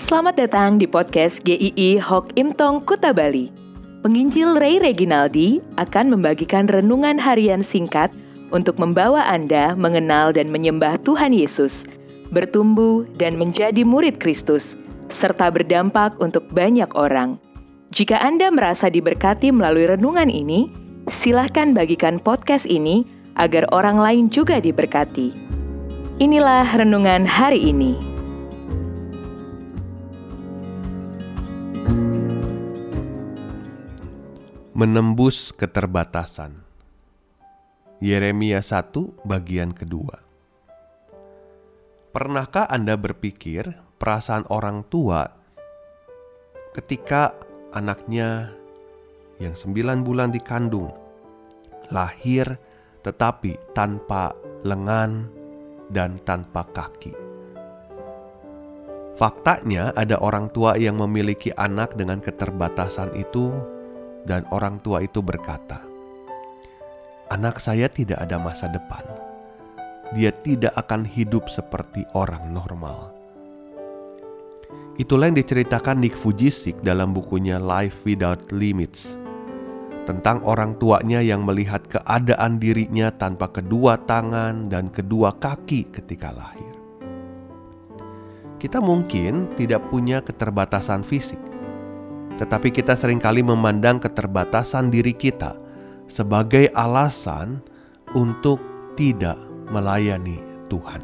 Selamat datang di podcast GII Hok Imtong Kuta Bali. Penginjil Ray Reginaldi akan membagikan renungan harian singkat untuk membawa Anda mengenal dan menyembah Tuhan Yesus, bertumbuh dan menjadi murid Kristus, serta berdampak untuk banyak orang. Jika Anda merasa diberkati melalui renungan ini, silahkan bagikan podcast ini agar orang lain juga diberkati. Inilah renungan hari ini. Menembus keterbatasan. Yeremia 1 bagian kedua. Pernahkah Anda berpikir perasaan orang tua ketika anaknya yang 9 bulan dikandung lahir tetapi tanpa lengan dan tanpa kaki? Faktanya ada orang tua yang memiliki anak dengan keterbatasan itu, dan orang tua itu berkata, "Anak saya tidak ada masa depan. Dia tidak akan hidup seperti orang normal." Itulah yang diceritakan Nick Vujicic dalam bukunya Life Without Limits, tentang orang tuanya yang melihat keadaan dirinya tanpa kedua tangan dan kedua kaki ketika lahir. Kita mungkin tidak punya keterbatasan fisik, tetapi kita seringkali memandang keterbatasan diri kita sebagai alasan untuk tidak melayani Tuhan.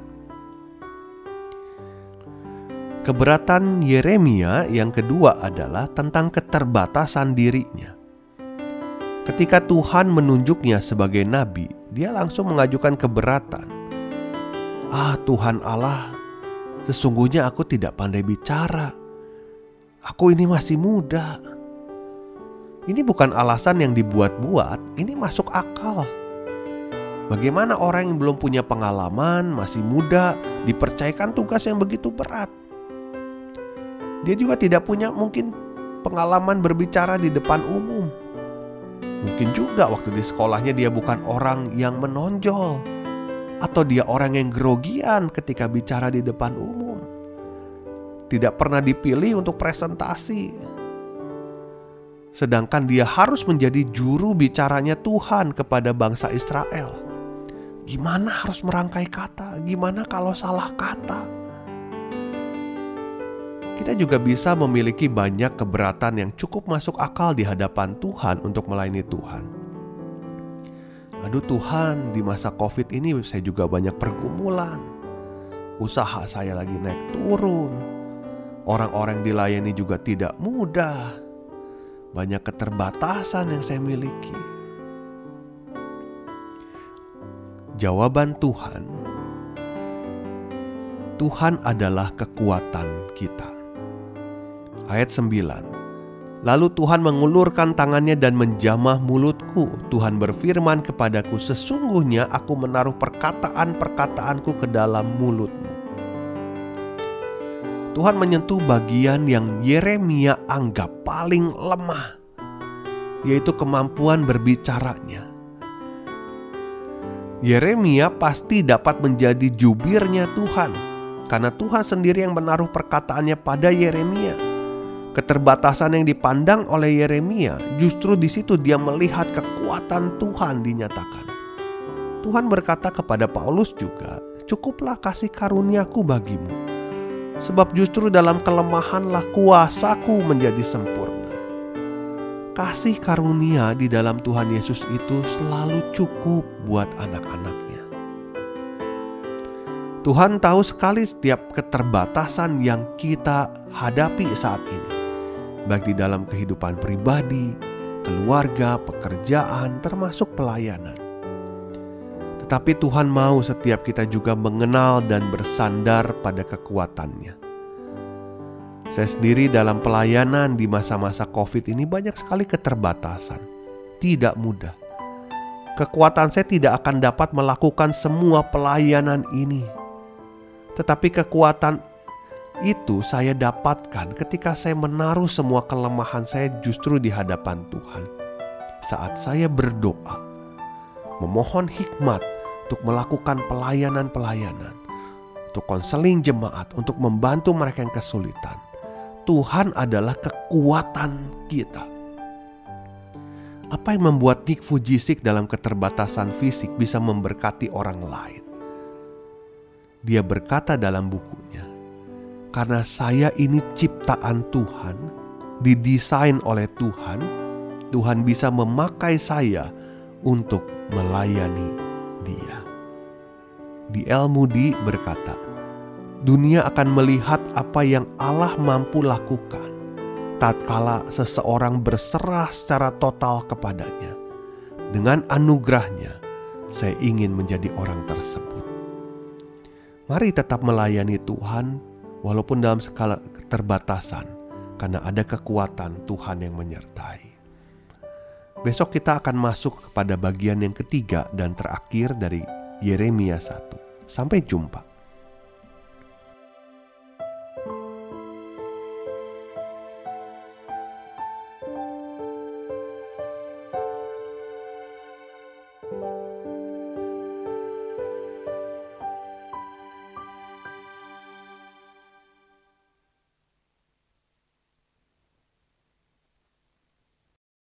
Keberatan Yeremia yang kedua adalah tentang keterbatasan dirinya. Ketika Tuhan menunjuknya sebagai nabi, dia langsung mengajukan keberatan. Tuhan Allah, sesungguhnya aku tidak pandai bicara. Aku ini masih muda. Ini bukan alasan yang dibuat-buat, ini masuk akal. Bagaimana orang yang belum punya pengalaman, masih muda, dipercayakan tugas yang begitu berat? Dia juga tidak punya mungkin pengalaman berbicara di depan umum. Mungkin juga waktu di sekolahnya dia bukan orang yang menonjol, atau dia orang yang grogian ketika bicara di depan umum. Tidak pernah dipilih untuk presentasi. Sedangkan dia harus menjadi juru bicaranya Tuhan kepada bangsa Israel. Gimana harus merangkai kata? Gimana kalau salah kata? Kita juga bisa memiliki banyak keberatan yang cukup masuk akal di hadapan Tuhan untuk melayani Tuhan. Aduh Tuhan, di masa COVID ini saya juga banyak pergumulan. Usaha saya lagi naik turun. Orang-orang yang dilayani juga tidak mudah. Banyak keterbatasan yang saya miliki. Jawaban Tuhan, Tuhan adalah kekuatan kita. Ayat 9. Lalu Tuhan mengulurkan tangannya dan menjamah mulutku. Tuhan berfirman kepadaku, "Sesungguhnya aku menaruh perkataan-perkataanku ke dalam mulutmu." Tuhan menyentuh bagian yang Yeremia anggap paling lemah, yaitu kemampuan berbicaranya. Yeremia pasti dapat menjadi jubirnya Tuhan, karena Tuhan sendiri yang menaruh perkataannya pada Yeremia. Keterbatasan yang dipandang oleh Yeremia, justru di situ dia melihat kekuatan Tuhan dinyatakan. Tuhan berkata kepada Paulus juga, "Cukuplah kasih karuniaku bagimu, sebab justru dalam kelemahanlah kuasaku menjadi sempurna." Kasih karunia di dalam Tuhan Yesus itu selalu cukup buat anak-anaknya. Tuhan tahu sekali setiap keterbatasan yang kita hadapi saat ini, baik di dalam kehidupan pribadi, keluarga, pekerjaan, termasuk pelayanan. Tapi Tuhan mau setiap kita juga mengenal dan bersandar pada kekuatannya. Saya sendiri dalam pelayanan di masa-masa COVID ini banyak sekali keterbatasan. Tidak mudah. Kekuatan saya tidak akan dapat melakukan semua pelayanan ini. Tetapi kekuatan itu saya dapatkan ketika saya menaruh semua kelemahan saya justru di hadapan Tuhan. Saat saya berdoa, memohon hikmat untuk melakukan pelayanan-pelayanan, untuk konseling jemaat, untuk membantu mereka yang kesulitan. Tuhan adalah kekuatan kita. Apa yang membuat Nick Vujicic dalam keterbatasan fisik bisa memberkati orang lain? Dia berkata dalam bukunya, karena saya ini ciptaan Tuhan, didesain oleh Tuhan, Tuhan bisa memakai saya untuk melayani Dia. D.L. Moody berkata, dunia akan melihat apa yang Allah mampu lakukan tatkala seseorang berserah secara total kepadanya. Dengan anugerahnya, saya ingin menjadi orang tersebut. Mari tetap melayani Tuhan walaupun dalam skala keterbatasan, karena ada kekuatan Tuhan yang menyertai. Besok kita akan masuk kepada bagian yang ketiga dan terakhir dari Yeremia 1. Sampai jumpa.